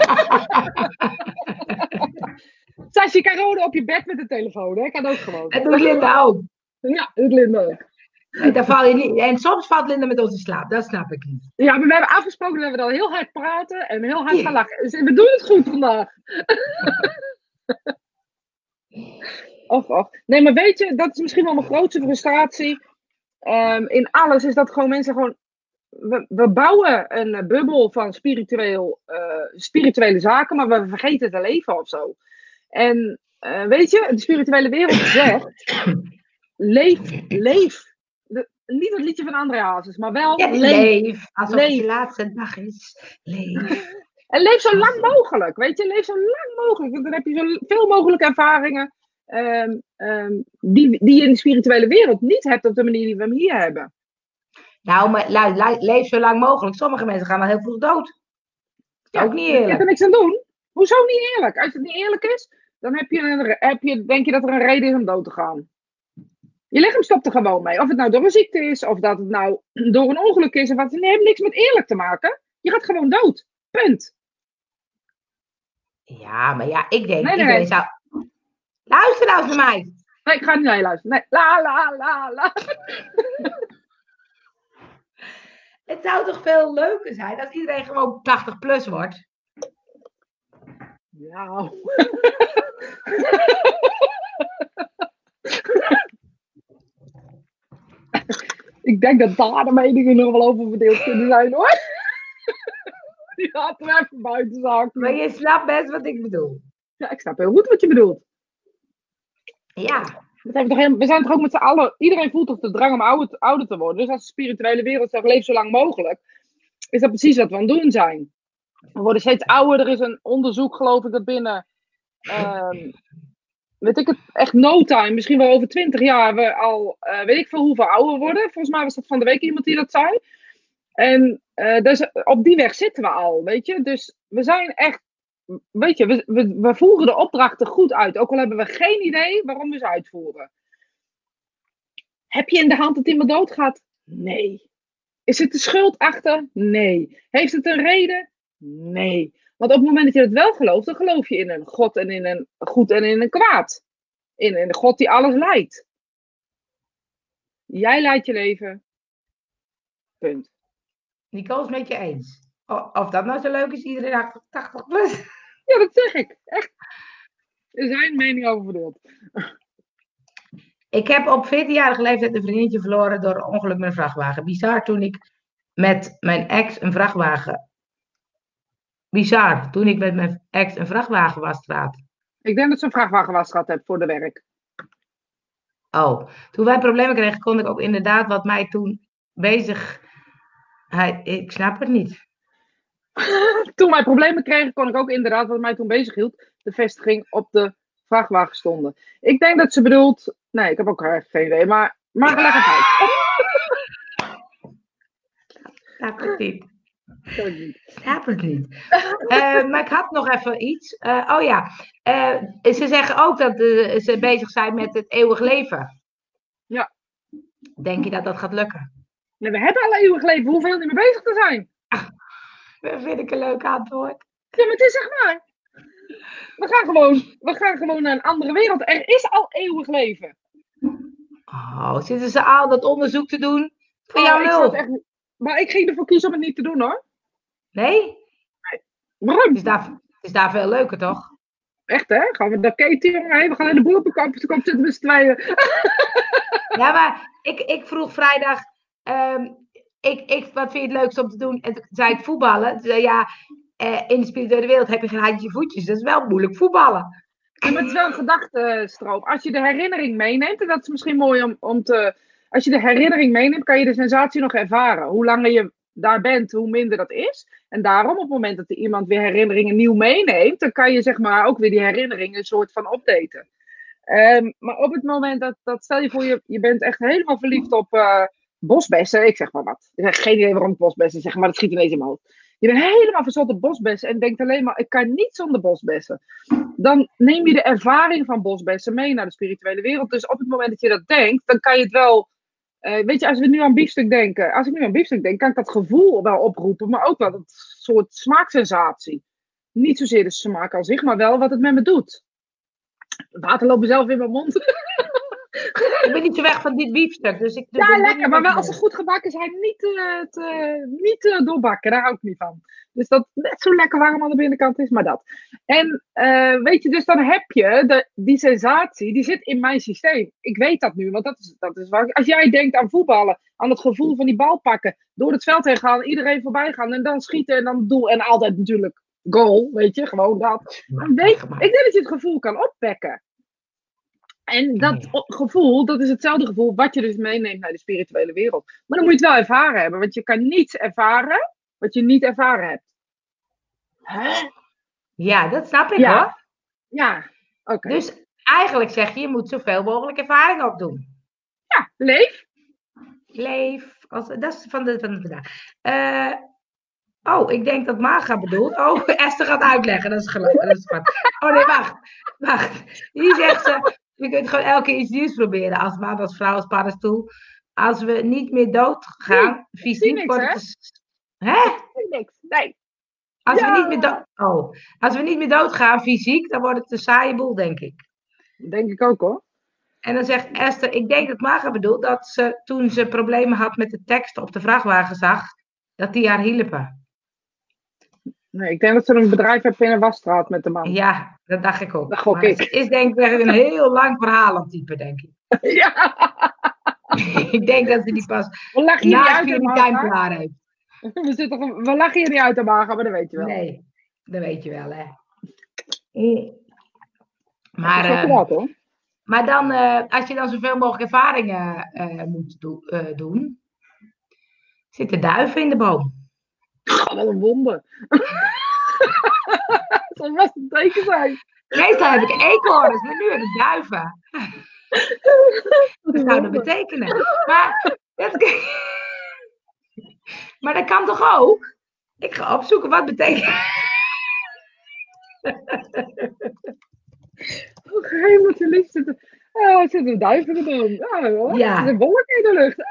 Sasje kan roden op je bed met de telefoon, hè? Kan ook gewoon. En doet Linda ook. Ja, doet Linda ook. En, dan val je niet, en soms valt Linda met ons in slaap. Dat snap ik niet. Ja, maar we hebben afgesproken dat we dan heel hard praten en heel hard gaan lachen. Dus we doen het goed vandaag. Och. Nee, maar weet je, dat is misschien wel mijn grootste frustratie. In alles is dat gewoon mensen gewoon... We bouwen een bubbel van spirituele zaken, maar we vergeten te leven of zo. En weet je, de spirituele wereld zegt... Leef. Niet het liedje van André Hazes, maar wel leef. Alsof het je laatste dag is. Leef. En leef zo lang mogelijk, weet je. Leef zo lang mogelijk. Want dan heb je zo veel mogelijke ervaringen die je in de spirituele wereld niet hebt op de manier die we hem hier hebben. Nou, maar leef zo lang mogelijk. Sommige mensen gaan wel heel vroeg dood. Ja, ook niet eerlijk. Je hebt er niks aan doen. Hoezo niet eerlijk? Als het niet eerlijk is, dan denk je dat er een reden is om dood te gaan. Je lichaam stopt er gewoon mee. Of het nou door een ziekte is, of dat het nou door een ongeluk is. Of wat. Het heeft niks met eerlijk te maken. Je gaat gewoon dood. Punt. Ja, maar ja, ik denk iedereen zou... Luister nou eens naar mij. Nee, ik ga niet naar je luisteren. Nee. La. het zou toch veel leuker zijn als iedereen gewoon 80 plus wordt? Ja. Ik denk dat daar de meningen nog wel over verdeeld kunnen zijn, hoor. Die laten we even buiten zaken. Maar je snapt best wat ik bedoel. Ja, ik snap heel goed wat je bedoelt. Ja. We zijn toch ook met z'n allen... Iedereen voelt toch de drang om ouder te worden. Dus als de spirituele wereld zegt, leef zo lang mogelijk, is dat precies wat we aan het doen zijn. We worden steeds ouder. Er is een onderzoek, geloof ik, dat binnen... weet ik het, echt no time, misschien wel over 20 jaar, we al, weet ik veel hoeveel ouder worden. Volgens mij was dat van de week iemand die dat zei. En dus op die weg zitten we al, weet je. Dus we zijn echt, weet je, we voeren de opdrachten goed uit. Ook al hebben we geen idee waarom we ze uitvoeren. Heb je in de hand dat iemand doodgaat? Nee. Is het de schuld achter? Nee. Heeft het een reden? Nee. Want op het moment dat je het wel gelooft, dan geloof je in een God en in een goed en in een kwaad. In een God die alles leidt. Jij leidt je leven. Punt. Nico is met je eens. Of dat nou zo leuk is, iedereen 80 plus. Ja, dat zeg ik. Echt. Er zijn meningen over verdeeld. Ik heb op 14-jarige leeftijd een vriendinnetje verloren door een ongeluk met een vrachtwagen. Bizar toen ik met mijn ex een vrachtwagen... Bizar toen ik met mijn ex een vrachtwagen was straat. Ik denk dat ze een vrachtwagenwasgat hebt voor de werk. Oh, toen wij problemen kregen, kon ik ook inderdaad wat mij toen bezig... Ik snap het niet. Toen wij problemen kregen, kon ik ook inderdaad, wat mij toen bezig hield, de vestiging op de vrachtwagen stonden. Ik denk dat ze bedoelt... Nee, ik heb ook echt geen idee, maar leg het uit. Snap het niet. Sorry. Snap het niet. Maar ik had nog even iets. Oh ja, ze zeggen ook dat ze bezig zijn met het eeuwig leven. Ja. Denk je dat dat gaat lukken? Nee, we hebben al eeuwig leven. We hoeven er niet mee bezig te zijn. Dat vind ik een leuk antwoord. Ja, maar het is zeg maar. We gaan gewoon naar een andere wereld. Er is al eeuwig leven. Oh, zitten ze al dat onderzoek te doen? Voor jouw lul? Maar ik ging ervoor kiezen om het niet te doen, hoor. Nee? Waarom? Het is daar veel leuker, toch? Echt, hè? Gaan we dat Katie, jongen? We gaan in de boerenkamp zitten met z'n tweeën. Ja, maar ik vroeg vrijdag... wat vind je het leukst om te doen? En toen zei ik voetballen. Toen zei ja, in de spirituele wereld heb je geen handje voetjes. Dat is wel moeilijk voetballen. Ja, maar het is wel een gedachtenstroom. Als je de herinnering meeneemt, en dat is misschien mooi om te... Als je de herinnering meeneemt, kan je de sensatie nog ervaren. Hoe langer je daar bent, hoe minder dat is. En daarom, op het moment dat er iemand weer herinneringen nieuw meeneemt, dan kan je zeg maar ook weer die herinneringen een soort van updaten. Maar op het moment dat stel je voor, je bent echt helemaal verliefd op bosbessen. Ik zeg maar wat. Ik heb geen idee waarom ik bosbessen zeg, maar dat schiet ineens in mijn hoofd. Je bent helemaal verzot op bosbessen en denkt alleen maar, ik kan niet zonder bosbessen. Dan neem je de ervaring van bosbessen mee naar de spirituele wereld. Dus op het moment dat je dat denkt, dan kan je het wel... weet je, als we nu aan biefstuk denken, als ik nu aan biefstuk denk, kan ik dat gevoel wel oproepen, maar ook wel dat soort smaaksensatie. Niet zozeer de smaak aan zich, maar wel wat het met me doet. Water loopt mezelf in mijn mond. Ik ben niet zo weg van dit biefstuk. Dus ja, lekker, maar wel als ze goed gebakken zijn, niet doorbakken. Daar hou ik niet van. Dus dat net zo lekker warm aan de binnenkant is, maar dat. En weet je, dus dan heb je die sensatie, die zit in mijn systeem. Ik weet dat nu, want dat is waar. Als jij denkt aan voetballen, aan het gevoel van die bal pakken, door het veld heen gaan, iedereen voorbij gaan en dan schieten en dan doel en altijd natuurlijk goal, weet je, gewoon dat. Ik denk dat je het gevoel kan opwekken. En dat gevoel, dat is hetzelfde gevoel wat je dus meeneemt naar de spirituele wereld. Maar dan moet je het wel ervaren hebben, want je kan niets ervaren wat je niet ervaren hebt. Hè? Ja, dat snap ik hoor. Ja, oké. Dus eigenlijk zeg je moet zoveel mogelijk ervaring opdoen. Ja, leef. Leef. Dat is van de vandaag. Oh, ik denk dat Maga bedoelt. Oh, Esther gaat uitleggen. Dat is wat. Oh nee, wacht. Hier zegt ze, je kunt gewoon elke keer iets nieuws proberen. Als man, als vrouw, als paddenstoel. Als we niet meer doodgaan, fysiek wordt het... Hè? Niks, nee. Als we niet meer doodgaan, fysiek, dan wordt het een saaie boel, denk ik. Denk ik ook, hoor. En dan zegt Esther, ik denk dat Maga bedoelt dat ze, toen ze problemen had met de tekst op de vrachtwagen zag, Dat die haar hielpen. Nee, ik denk dat ze een bedrijf heeft in een wasstraat met de man. Ja, dat dacht ik ook. Dat gok Maar ik. het is denk ik echt een heel lang verhaal aan type, denk ik. Ja. Ik denk dat ze die pas We lachen hier niet na uit de Spirituin maag. klaar heeft. We lachen hier niet uit de maag, maar dat weet je wel. Nee, dat weet je wel, hè. Maar, dat is wel wat, hoor. Maar dan, als je dan zoveel mogelijk ervaringen moet doen, zitten duiven in de boom. Oh, wat een wonder. Dat was een teken zijn. Meestal heb ik eekhoorns, maar nu heb ik duiven. Wat zou dat betekenen? Maar dat kan toch ook? Ik ga opzoeken wat betekent. Hoe geheim dat je liefst zit. Oh, er zit een duif in de boom. Oh, Ja. Er is een wolk in de lucht.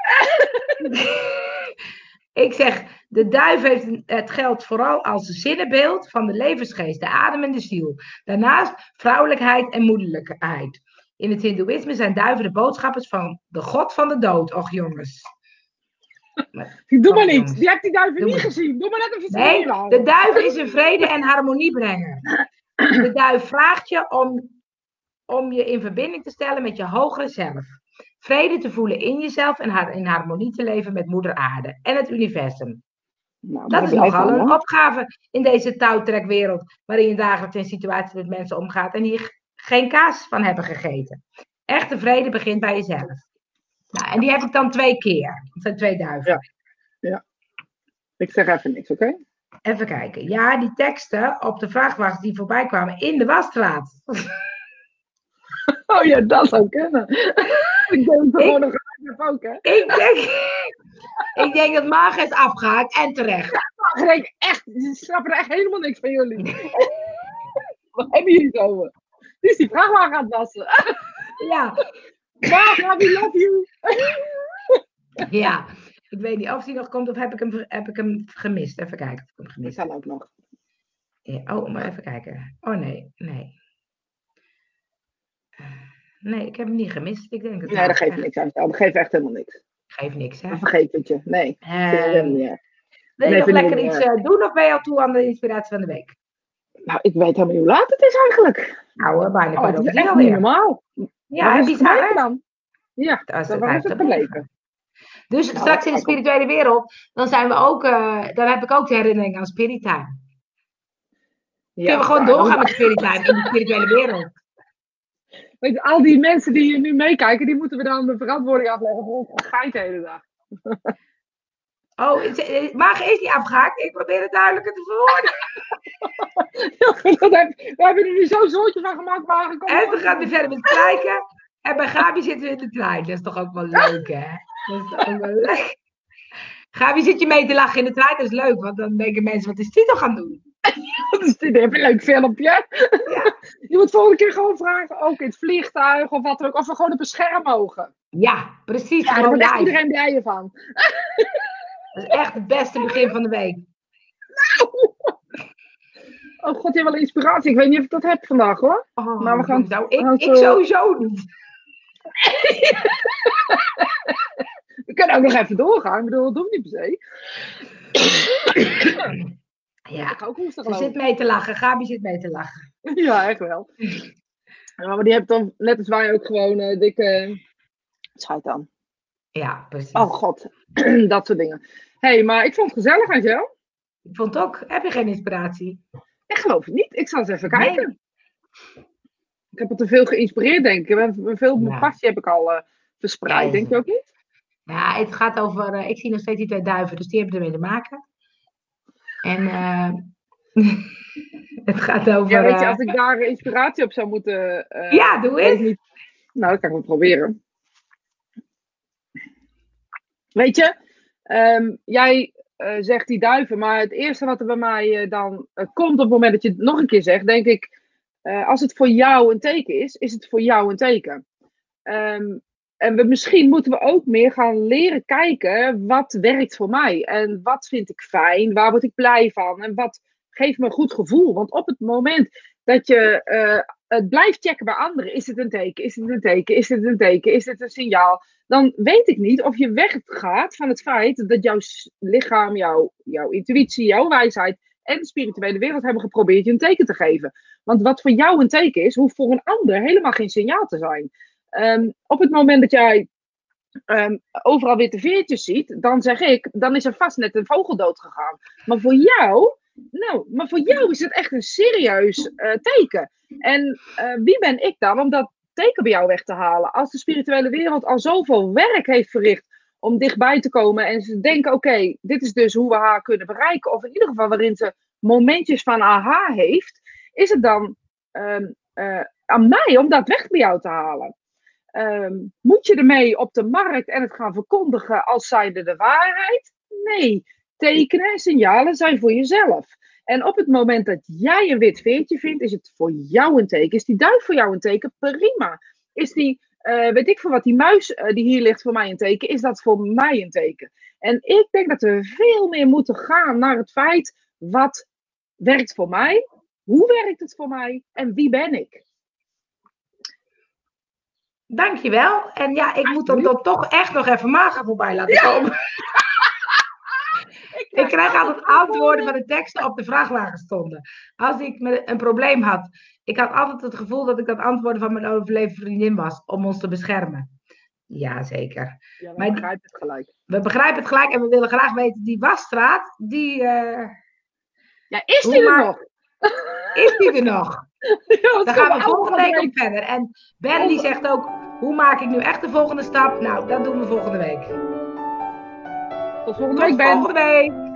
Ik zeg, de duif heeft het geldt vooral als een zinnebeeld van de levensgeest, de adem en de ziel. Daarnaast vrouwelijkheid en moederlijkheid. In het Hindoeïsme zijn duiven de boodschappers van de god van de dood. Och jongens. Doe maar niet. Jongens. Die hebt die duiven Doe niet maar. gezien. Doe maar net even Nee, zien. de duif is een vrede- en harmoniebrenger. De duif vraagt je om je in verbinding te stellen met je hogere zelf. Vrede te voelen in jezelf en in harmonie te leven met moeder aarde en het universum. Nou, Dat is nogal een opgave in deze touwtrekwereld, waarin je dagelijks in situaties met mensen omgaat en hier geen kaas van hebben gegeten. Echte vrede begint bij jezelf. Nou, en die heb ik dan 2 keer. Dat zijn 2 duiven. Ja. Ik zeg even niks, oké? Even kijken. Ja, die teksten op de vrachtwagens die voorbij kwamen in de wasstraat. Oh ja, dat zou kunnen. Ik denk gewoon nog ook, hè? Ik denk dat Marga is afgehaakt en terecht. Ik denk echt, ze snappen er echt helemaal niks van jullie. Wat hebben jullie het over? Die is die vrachtwagen aan het wassen. Ja. Marga, we love you. Ja. Ik weet niet of hij nog komt of heb ik hem gemist. Even kijken of ik hem gemist heb. Dat kan ook nog. Ja, oh, maar even kijken. Oh nee. Nee, ik heb hem niet gemist. Ik denk Nee, dat geeft niks aan. Dat geeft echt helemaal niks. Geeft niks, hè? Dat vergeet het je. Nee. Wil je nog lekker iets doen of ben je al toe aan de inspiratie van de week? Nou, ik weet helemaal niet hoe laat het is eigenlijk. Nou, bijna het is echt niet normaal. Ja, heb je het dan? Ja, dat was het gebleven. Dus straks in de spirituele wereld, dan zijn we ook, dan heb ik ook de herinnering aan Spirit Time. Kunnen we gewoon doorgaan met Spirit Time in de spirituele wereld. Weet je, al die mensen die hier nu meekijken, die moeten we dan de verantwoording afleggen voor ons geit de hele dag. Marga is niet afgehaakt. Ik probeer het duidelijker te verwoorden. We hebben er nu zo'n soortje van gemaakt. En we gaan weer verder met kijken. En bij Gabi zitten we in de trein. Dat is toch ook wel leuk, hè? Dat is toch ook wel leuk. Gabi zit je mee te lachen in de trein. Dat is leuk, want dan denken mensen, wat is die toch gaan doen? Wat is dit? Heb je een leuk filmpje? Ja. Je moet volgende keer gewoon vragen, ook in het vliegtuig of wat dan ook, of we gewoon op een scherm mogen. Ja, precies. Ja, daar wordt echt iedereen blij van. Dat is echt het beste begin van de week. Nou. Oh god, je hebt wel inspiratie. Ik weet niet of ik dat heb vandaag, hoor. Oh, maar we gaan. Nou, ik sowieso niet. We kunnen ook nog even doorgaan. Ik bedoel, dat hoeft niet per se. Ja, ze zit mee te lachen. Gabi zit mee te lachen. Ja, echt wel. Maar die hebt dan, net als wij, ook gewoon dikke scheid aan. Ja, precies. Oh god, dat soort dingen. Hé, maar ik vond het gezellig, Angel. Ik vond het ook. Heb je geen inspiratie? Ik geloof het niet. Ik zal eens even kijken. Nee. Ik heb al te veel geïnspireerd, denk ik. Veel mijn passie heb ik al verspreid. Ja. Denk je ook niet? Ja, het gaat over... ik zie nog steeds die 2 duiven, dus die hebben ermee te maken. En het gaat over... Ja, weet je, als ik daar inspiratie op zou moeten... ja, doe eens. Nou, dat kan ik wel proberen. Weet je, jij zegt die duiven, maar het eerste wat er bij mij dan komt op het moment dat je het nog een keer zegt, denk ik, als het voor jou een teken is, is het voor jou een teken. En misschien moeten we ook meer gaan leren kijken wat werkt voor mij. En wat vind ik fijn, waar word ik blij van en wat geeft me een goed gevoel. Want op het moment dat je het blijft checken bij anderen, is het een teken, is het een teken, is het een teken, is het een signaal. Dan weet ik niet of je weggaat van het feit dat jouw lichaam, jouw jouw intuïtie, jouw wijsheid en de spirituele wereld hebben geprobeerd je een teken te geven. Want wat voor jou een teken is, hoeft voor een ander helemaal geen signaal te zijn. Op het moment dat jij overal witte veertjes ziet, dan zeg ik, dan is er vast net een vogel dood gegaan. Maar voor jou is het echt een serieus teken. En wie ben ik dan om dat teken bij jou weg te halen? Als de spirituele wereld al zoveel werk heeft verricht om dichtbij te komen en ze denken, oké, dit is dus hoe we haar kunnen bereiken, of in ieder geval waarin ze momentjes van aha heeft, is het dan aan mij om dat weg bij jou te halen? Moet je ermee op de markt en het gaan verkondigen als zijnde de waarheid? Nee, tekenen en signalen zijn voor jezelf. En op het moment dat jij een wit veertje vindt, is het voor jou een teken. Is die duif voor jou een teken? Prima. Is die, weet ik veel wat, die muis die hier ligt voor mij een teken? Is dat voor mij een teken? En ik denk dat we veel meer moeten gaan naar het feit, wat werkt voor mij? Hoe werkt het voor mij? En wie ben ik? Dankjewel. En ja, ik moet dan toch echt nog even Maga voorbij laten komen. Ik krijg altijd antwoorden van de teksten op de vrachtwagen stonden. Als ik een probleem had, ik had altijd het gevoel dat ik dat antwoorden van mijn overleden vriendin was, om ons te beschermen. Jazeker. Ja, we begrijpen het gelijk. We begrijpen het gelijk en we willen graag weten, die wasstraat, die... ja, is die er nog? Is die er nog? Ja, dan gaan we volgende week op verder. En Ben die zegt ook, hoe maak ik nu echt de volgende stap? Nou, dat doen we volgende week. Tot volgende week, Ben. Tot volgende week.